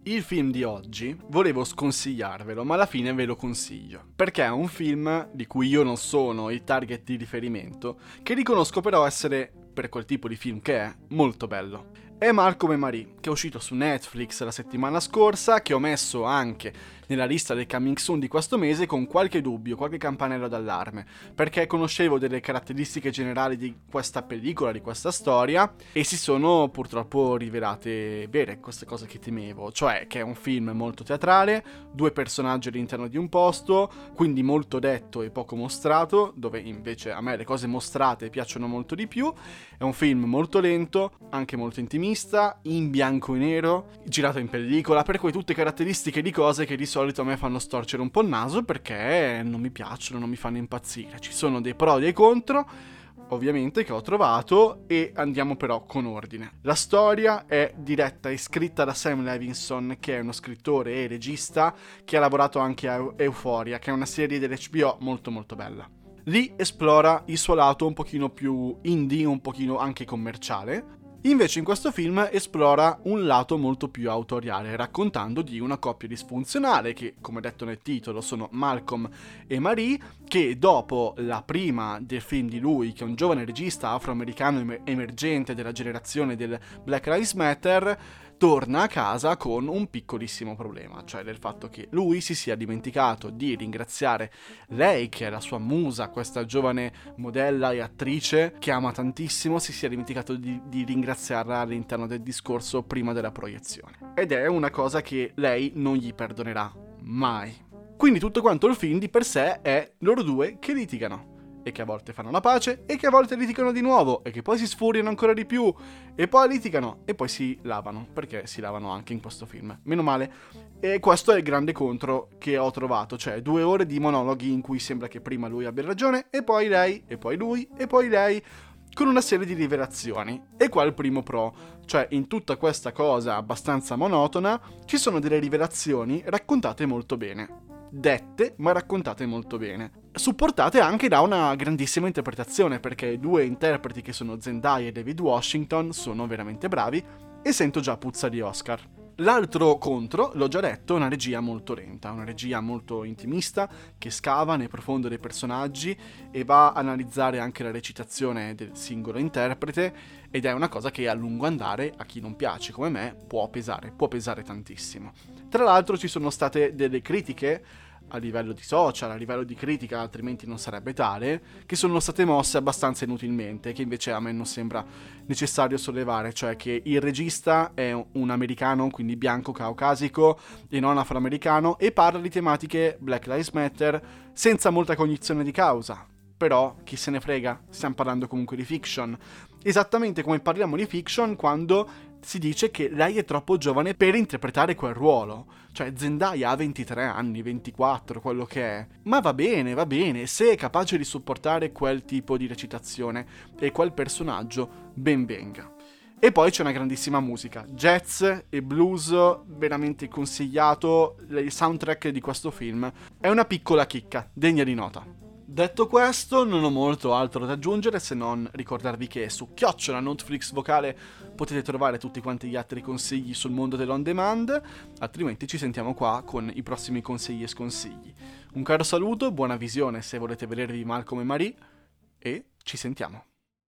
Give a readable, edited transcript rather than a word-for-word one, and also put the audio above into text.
Il film di oggi volevo sconsigliarvelo, ma alla fine ve lo consiglio, perché è un film di cui io non sono il target di riferimento, che riconosco però essere, per quel tipo di film che è, molto bello. È Malcolm e Marie, che è uscito su Netflix la settimana scorsa, che ho messo anche nella lista del coming soon di questo mese con qualche dubbio, qualche campanello d'allarme, perché conoscevo delle caratteristiche generali di questa pellicola, di questa storia, e si sono purtroppo rivelate vere queste cose che temevo, cioè che è un film molto teatrale, 2 personaggi all'interno di un posto, quindi molto detto e poco mostrato, dove invece a me le cose mostrate piacciono molto di più. È un film molto lento, anche molto intimista, in bianco e nero, girato in pellicola, per cui tutte caratteristiche di cose che di solito a me fanno storcere un po' il naso perché non mi piacciono, non mi fanno impazzire. Ci sono dei pro e dei contro, ovviamente, che ho trovato, e andiamo però con ordine. La storia è diretta e scritta da Sam Levinson, che è uno scrittore e regista che ha lavorato anche a Euphoria, che è una serie dell'HBO molto molto bella. Lì esplora il suo lato un pochino più indie, un pochino anche commerciale. Invece in questo film esplora un lato molto più autoriale, raccontando di una coppia disfunzionale che, come detto nel titolo, sono Malcolm e Marie, che dopo la prima del film di lui, che è un giovane regista afroamericano emergente della generazione del Black Lives Matter, torna a casa con un piccolissimo problema, cioè del fatto che lui si sia dimenticato di ringraziare lei, che è la sua musa, questa giovane modella e attrice che ama tantissimo, si sia dimenticato di ringraziarla all'interno del discorso prima della proiezione. Ed è una cosa che lei non gli perdonerà mai. Quindi tutto quanto il film di per sé è loro due che litigano, e che a volte fanno la pace, e che a volte litigano di nuovo, e che poi si sfuriano ancora di più, e poi litigano, e poi si lavano, perché si lavano anche in questo film, meno male. E questo è il grande contro che ho trovato, cioè 2 ore di monologhi in cui sembra che prima lui abbia ragione, e poi lei, e poi lui, e poi lei, con una serie di rivelazioni. E qua il primo pro, cioè in tutta questa cosa abbastanza monotona, ci sono delle rivelazioni raccontate molto bene. Dette, ma raccontate molto bene. Supportate anche da una grandissima interpretazione, perché i 2 interpreti, che sono Zendaya e David Washington, sono veramente bravi, e sento già puzza di Oscar. L'altro contro, l'ho già detto, è una regia molto lenta, una regia molto intimista, che scava nel profondo dei personaggi e va a analizzare anche la recitazione del singolo interprete, ed è una cosa che a lungo andare, a chi non piace come me, può pesare tantissimo. Tra l'altro ci sono state delle critiche a livello di social, a livello di critica, altrimenti non sarebbe tale, che sono state mosse abbastanza inutilmente, che invece a me non sembra necessario sollevare, cioè che il regista è un americano, quindi bianco, caucasico e non afroamericano, e parla di tematiche Black Lives Matter senza molta cognizione di causa. Però chi se ne frega, stiamo parlando comunque di fiction. Esattamente come parliamo di fiction quando si dice che lei è troppo giovane per interpretare quel ruolo. Cioè Zendaya ha 23 anni, 24, quello che è. Ma va bene, se è capace di supportare quel tipo di recitazione e quel personaggio, ben venga. E poi c'è una grandissima musica, jazz e blues, veramente consigliato. Il soundtrack di questo film è una piccola chicca, degna di nota. Detto questo, non ho molto altro da aggiungere, se non ricordarvi che su @Netflix vocale potete trovare tutti quanti gli altri consigli sul mondo dell'on demand, altrimenti ci sentiamo qua con i prossimi consigli e sconsigli. Un caro saluto, buona visione se volete vedervi Malcolm e Marie, e ci sentiamo.